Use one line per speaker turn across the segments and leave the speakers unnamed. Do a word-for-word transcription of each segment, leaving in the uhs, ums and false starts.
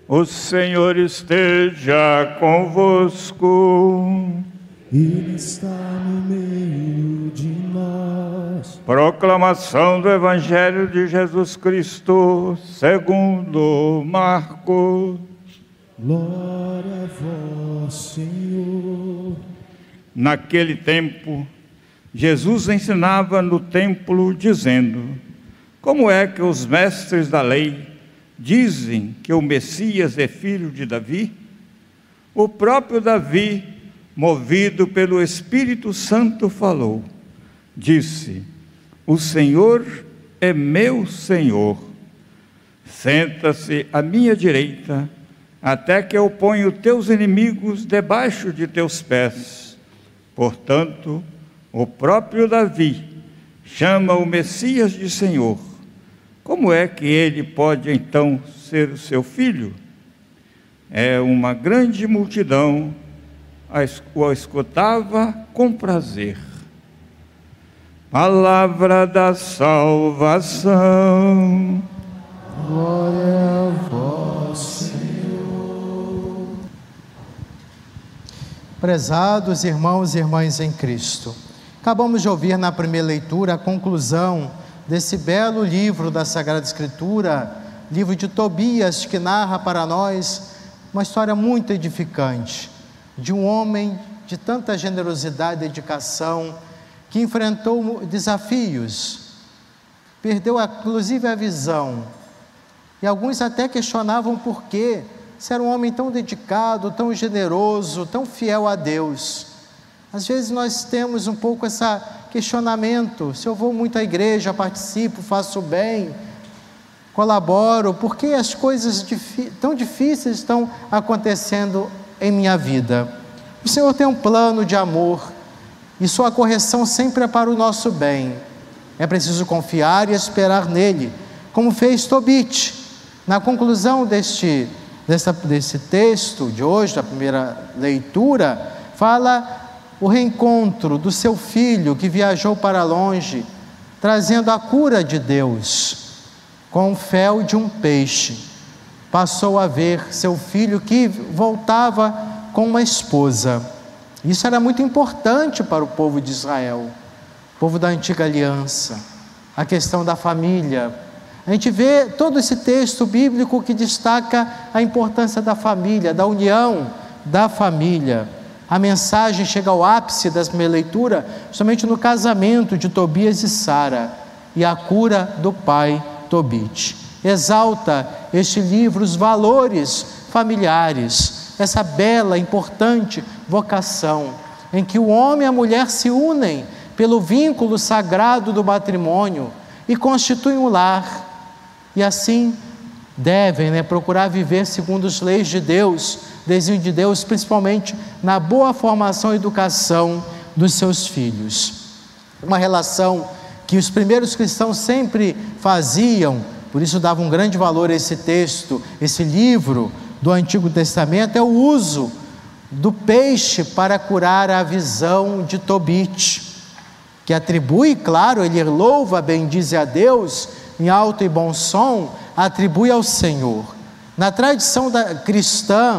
O Senhor esteja convosco.
Ele está no meio de nós.
Proclamação do Evangelho de Jesus Cristo, segundo Marcos.
Glória a vós, Senhor.
Naquele tempo, Jesus ensinava no templo, dizendo: como é que os mestres da lei dizem que o Messias é filho de Davi? O próprio Davi, movido pelo Espírito Santo, falou, disse: o Senhor é meu Senhor, senta-se à minha direita, até que eu ponha os teus inimigos debaixo de teus pés. Portanto, o próprio Davi chama o Messias de Senhor. Como é que ele pode então ser o seu filho? É uma grande multidão o escutava com prazer. Palavra da salvação.
Glória a vós, Senhor.
Prezados irmãos e irmãs em Cristo, acabamos de ouvir na primeira leitura a conclusão desse belo livro da Sagrada Escritura, livro de Tobias, que narra para nós uma história muito edificante, de um homem de tanta generosidade e dedicação, que enfrentou desafios, perdeu inclusive a visão, e alguns até questionavam por quê, se era um homem tão dedicado, tão generoso, tão fiel a Deus. Às vezes nós temos um pouco esse questionamento: se eu vou muito à igreja, participo, faço bem, colaboro, por que as coisas tão difíceis estão acontecendo em minha vida? O Senhor tem um plano de amor, e sua correção sempre é para o nosso bem. É preciso confiar e esperar nele, como fez Tobit. Na conclusão deste, dessa, desse texto de hoje, da primeira leitura, fala o reencontro do seu filho que viajou para longe, trazendo a cura de Deus. Com o fel de um peixe, passou a ver seu filho que voltava com uma esposa. Isso era muito importante para o povo de Israel, o povo da antiga aliança, a questão da família. A gente vê todo esse texto bíblico que destaca a importância da família, da união da família. A mensagem chega ao ápice da minha leitura, somente no casamento de Tobias e Sara, e a cura do pai Tobit. Exalta este livro os valores familiares, essa bela, importante vocação, em que o homem e a mulher se unem pelo vínculo sagrado do matrimônio e constituem um lar, e assim devem né, procurar viver segundo as leis de Deus, desenho de Deus, principalmente na boa formação e educação dos seus filhos. Uma relação que os primeiros cristãos sempre faziam, por isso davam um grande valor a esse texto, esse livro do Antigo Testamento, é o uso do peixe para curar a visão de Tobit, que atribui, claro, ele louva, bendize a Deus, em alto e bom som, atribui ao Senhor. Na tradição da, cristã,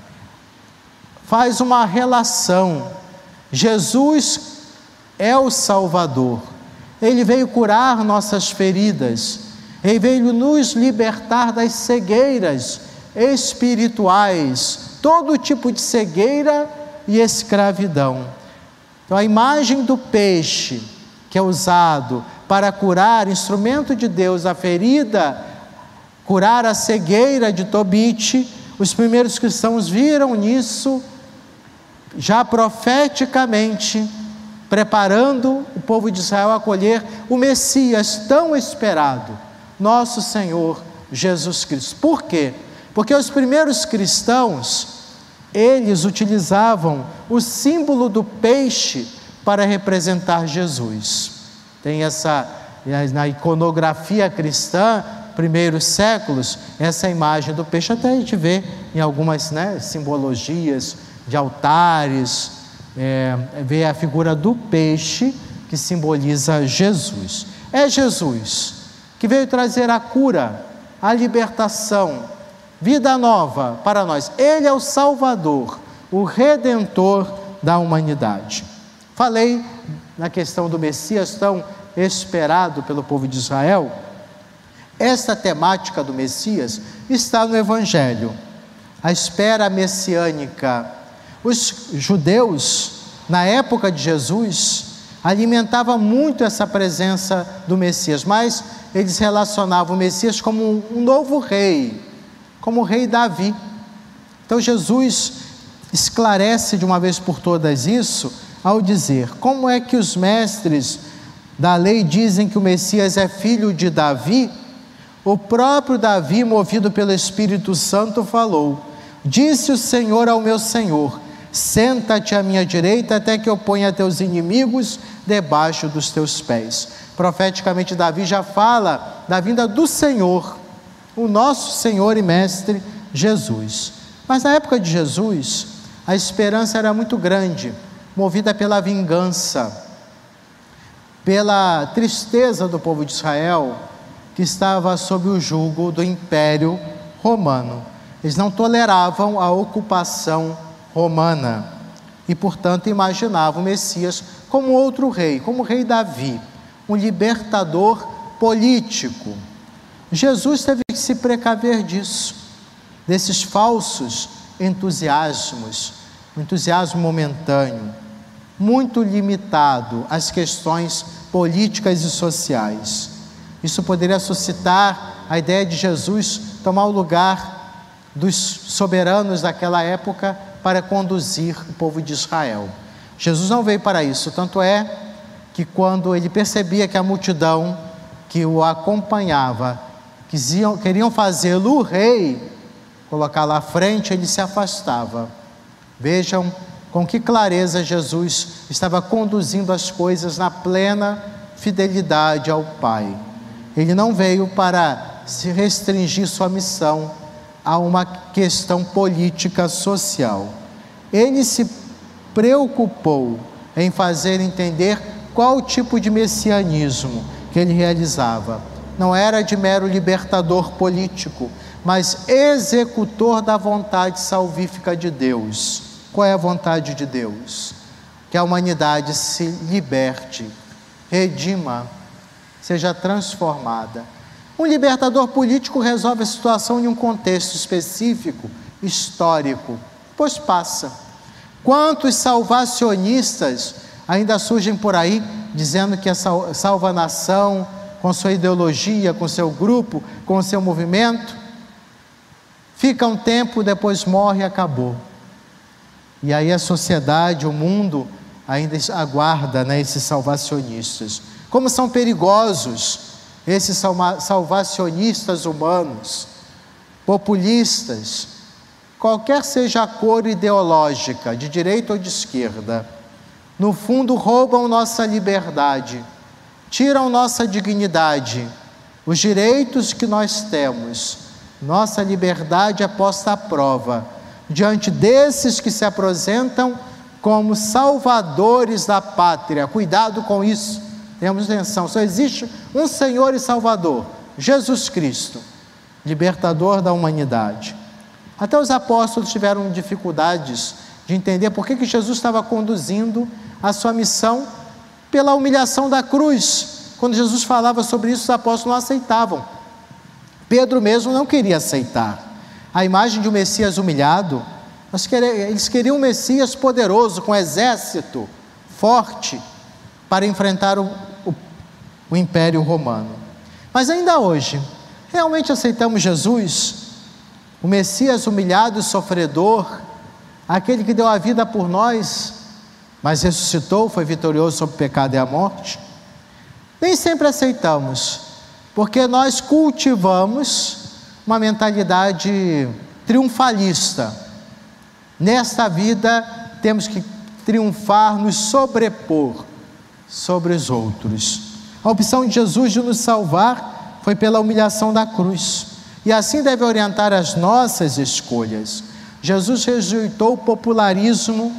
faz uma relação. Jesus é o Salvador, ele veio curar nossas feridas, ele veio nos libertar das cegueiras espirituais, todo tipo de cegueira e escravidão. Então a imagem do peixe que é usado para curar, instrumento de Deus, a ferida, curar a cegueira de Tobit, os primeiros cristãos viram nisso, já profeticamente, preparando o povo de Israel a acolher o Messias tão esperado, nosso Senhor Jesus Cristo. Por quê? Porque os primeiros cristãos, eles utilizavam o símbolo do peixe para representar Jesus. Tem essa, na iconografia cristã, primeiros séculos, essa imagem do peixe, até a gente vê em algumas né, simbologias de altares, é, vê a figura do peixe que simboliza Jesus. É Jesus que veio trazer a cura, a libertação, vida nova para nós. Ele é o Salvador, o Redentor da humanidade. Falei na questão do Messias tão esperado pelo povo de Israel. Esta temática do Messias está no Evangelho, a espera messiânica. Os judeus, na época de Jesus, alimentavam muito essa presença do Messias, mas eles relacionavam o Messias como um novo rei, como o rei Davi. Então Jesus esclarece de uma vez por todas isso, ao dizer: como é que os mestres da lei dizem que o Messias é filho de Davi? O próprio Davi, movido pelo Espírito Santo, falou: disse o Senhor ao meu Senhor, senta-te à minha direita até que eu ponha teus inimigos debaixo dos teus pés. Profeticamente Davi já fala da vinda do Senhor, o nosso Senhor e Mestre Jesus. Mas na época de Jesus, a esperança era muito grande, movida pela vingança, pela tristeza do povo de Israel, que estava sob o jugo do Império Romano. Eles não toleravam a ocupação romana e, portanto, imaginavam o Messias como outro rei, como o rei Davi, um libertador político. Jesus teve que se precaver disso, desses falsos entusiasmos, um entusiasmo momentâneo, muito limitado às questões políticas e sociais. Isso poderia suscitar a ideia de Jesus tomar o lugar dos soberanos daquela época para conduzir o povo de Israel. Jesus não veio para isso, tanto é que quando ele percebia que a multidão que o acompanhava quisiam, queriam fazê-lo o rei, colocá-lo à frente, ele se afastava. Vejam com que clareza Jesus estava conduzindo as coisas na plena fidelidade ao Pai. Ele não veio para se restringir sua missão a uma questão política social. Ele se preocupou em fazer entender qual tipo de messianismo que ele realizava. Não era de mero libertador político, mas executor da vontade salvífica de Deus. Qual é a vontade de Deus? Que a humanidade se liberte, redima, seja transformada. Um libertador político resolve a situação em um contexto específico, histórico, pois passa. Quantos salvacionistas ainda surgem por aí, dizendo que a salva a nação, com sua ideologia, com seu grupo, com seu movimento, fica um tempo, depois morre e acabou. E aí a sociedade, o mundo, ainda aguarda, né, esses salvacionistas. Como são perigosos esses salvacionistas humanos, populistas, qualquer seja a cor ideológica, de direita ou de esquerda, no fundo roubam nossa liberdade, tiram nossa dignidade, os direitos que nós temos, nossa liberdade é posta à prova, diante desses que se apresentam como salvadores da pátria. Cuidado com isso, temos atenção, só existe um Senhor e Salvador, Jesus Cristo, libertador da humanidade. Até os apóstolos tiveram dificuldades de entender por que que Jesus estava conduzindo a sua missão pela humilhação da cruz. Quando Jesus falava sobre isso, os apóstolos não aceitavam. Pedro mesmo não queria aceitar a imagem de um Messias humilhado. Eles queriam um Messias poderoso, com exército forte, para enfrentar o, o, o Império Romano. Mas ainda hoje, realmente aceitamos Jesus, o Messias humilhado e sofredor, aquele que deu a vida por nós, mas ressuscitou, foi vitorioso sobre o pecado e a morte? Nem sempre aceitamos, porque nós cultivamos uma mentalidade triunfalista. Nesta vida temos que triunfar, nos sobrepor sobre os outros. A opção de Jesus de nos salvar foi pela humilhação da cruz, e assim deve orientar as nossas escolhas. Jesus rejeitou o popularismo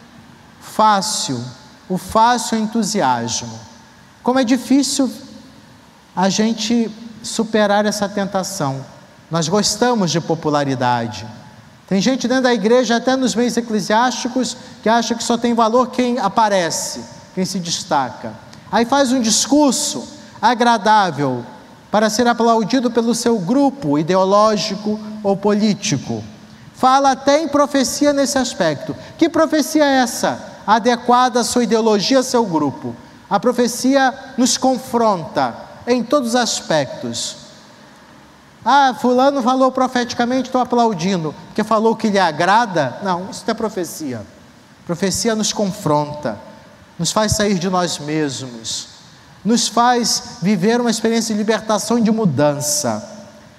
fácil, o fácil entusiasmo. Como é difícil a gente superar essa tentação Nós gostamos de popularidade. Tem gente dentro da igreja, até nos meios eclesiásticos, que acha que só tem valor quem aparece, quem se destaca. Aí faz um discurso agradável para ser aplaudido pelo seu grupo ideológico ou político. Fala até em profecia nesse aspecto. Que profecia é essa? Adequada à sua ideologia, ao seu grupo. A profecia nos confronta em todos os aspectos. Ah, fulano falou profeticamente, estou aplaudindo, porque falou que lhe agrada. Não, isso não é profecia. Profecia nos confronta, nos faz sair de nós mesmos, nos faz viver uma experiência de libertação e de mudança.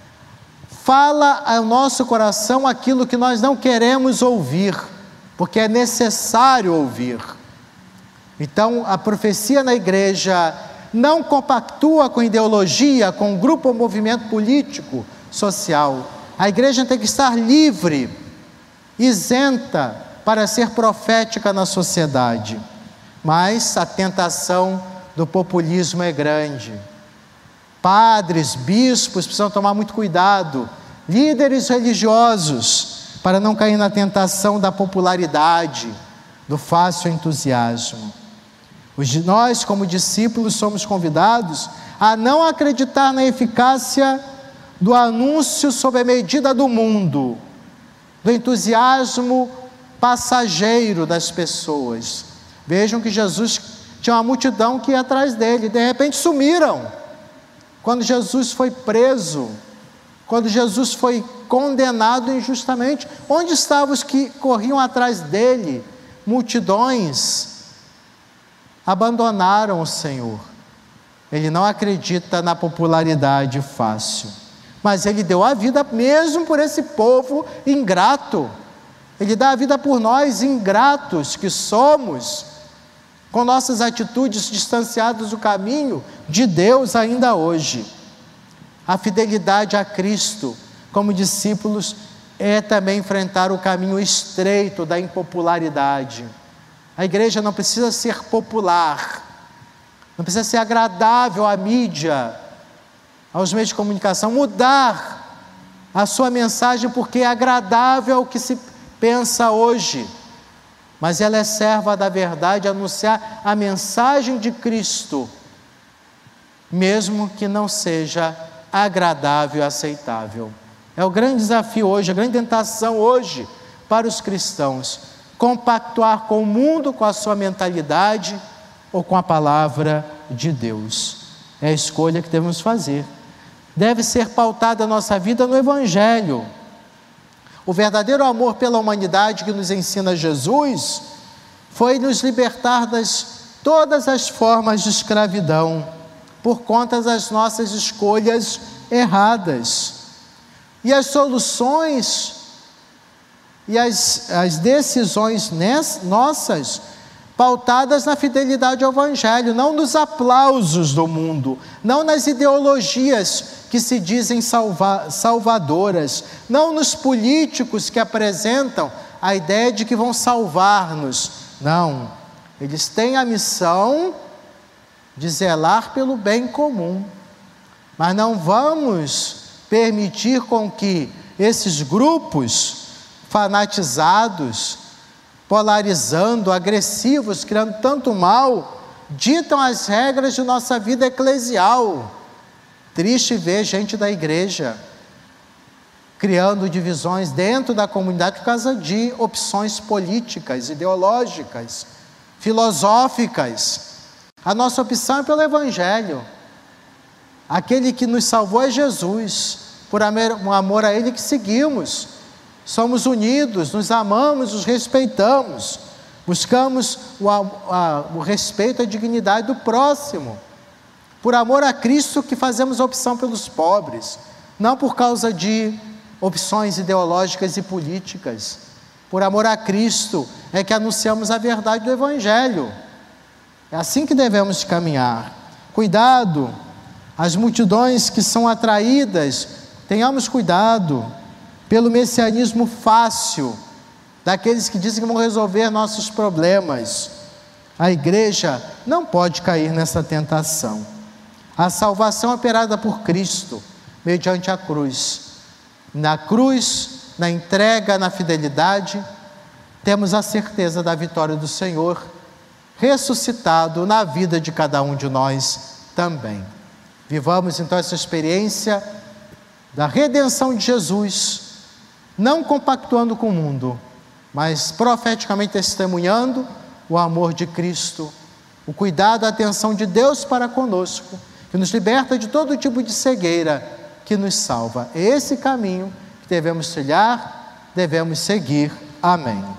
Fala ao nosso coração aquilo que nós não queremos ouvir, porque é necessário ouvir. Então, a profecia na igreja não compactua com ideologia, com grupo ou movimento político, social. A igreja tem que estar livre, isenta, para ser profética na sociedade. Mas a tentação do populismo é grande. Padres, bispos precisam tomar muito cuidado, líderes religiosos, para não cair na tentação da popularidade, do fácil entusiasmo. Nós, como discípulos, somos convidados a não acreditar na eficácia do anúncio sob a medida do mundo, do entusiasmo passageiro das pessoas. Vejam que Jesus tinha uma multidão que ia atrás dele, de repente sumiram. Quando Jesus foi preso, quando Jesus foi condenado injustamente, onde estavam os que corriam atrás dele? Multidões abandonaram o Senhor. Ele não acredita na popularidade fácil, mas Ele deu a vida mesmo por esse povo ingrato. Ele dá a vida por nós, ingratos que somos, com nossas atitudes distanciadas do caminho de Deus ainda hoje. A fidelidade a Cristo, como discípulos, é também enfrentar o caminho estreito da impopularidade. A igreja não precisa ser popular, não precisa ser agradável à mídia, aos meios de comunicação, mudar a sua mensagem porque é agradável ao que se pensa hoje, mas ela é serva da verdade, anunciar a mensagem de Cristo, mesmo que não seja agradável e aceitável. É o grande desafio hoje, a grande tentação hoje para os cristãos, compactuar com o mundo, com a sua mentalidade ou com a palavra de Deus. É a escolha que devemos fazer. Deve ser pautada a nossa vida no Evangelho. O verdadeiro amor pela humanidade que nos ensina Jesus foi nos libertar das todas as formas de escravidão por conta das nossas escolhas erradas. E as soluções e as, as decisões ness, nossas, pautadas na fidelidade ao Evangelho, não nos aplausos do mundo, não nas ideologias que se dizem salva, salvadoras, não nos políticos que apresentam a ideia de que vão salvar-nos. Não, eles têm a missão de zelar pelo bem comum, mas não vamos permitir com que esses grupos fanatizados, polarizando, agressivos, criando tanto mal, ditam as regras de nossa vida eclesial. Triste ver gente da igreja criando divisões dentro da comunidade por causa de opções políticas, ideológicas, filosóficas. A nossa opção é pelo Evangelho. Aquele que nos salvou é Jesus, por amor a Ele que seguimos. Somos unidos, nos amamos, nos respeitamos, buscamos o, a, o respeito e a dignidade do próximo. Por amor a Cristo que fazemos a opção pelos pobres, não por causa de opções ideológicas e políticas. Por amor a Cristo é que anunciamos a verdade do Evangelho. É assim que devemos caminhar. Cuidado, as multidões que são atraídas, tenhamos cuidado pelo messianismo fácil, daqueles que dizem que vão resolver nossos problemas. A igreja não pode cair nessa tentação. A salvação operada por Cristo, mediante a cruz, na cruz, na entrega, na fidelidade, temos a certeza da vitória do Senhor, ressuscitado na vida de cada um de nós também. Vivamos então essa experiência da redenção de Jesus, não compactuando com o mundo, mas profeticamente testemunhando o amor de Cristo, o cuidado, a atenção de Deus para conosco, que nos liberta de todo tipo de cegueira, que nos salva. É esse caminho que devemos trilhar, devemos seguir. Amém.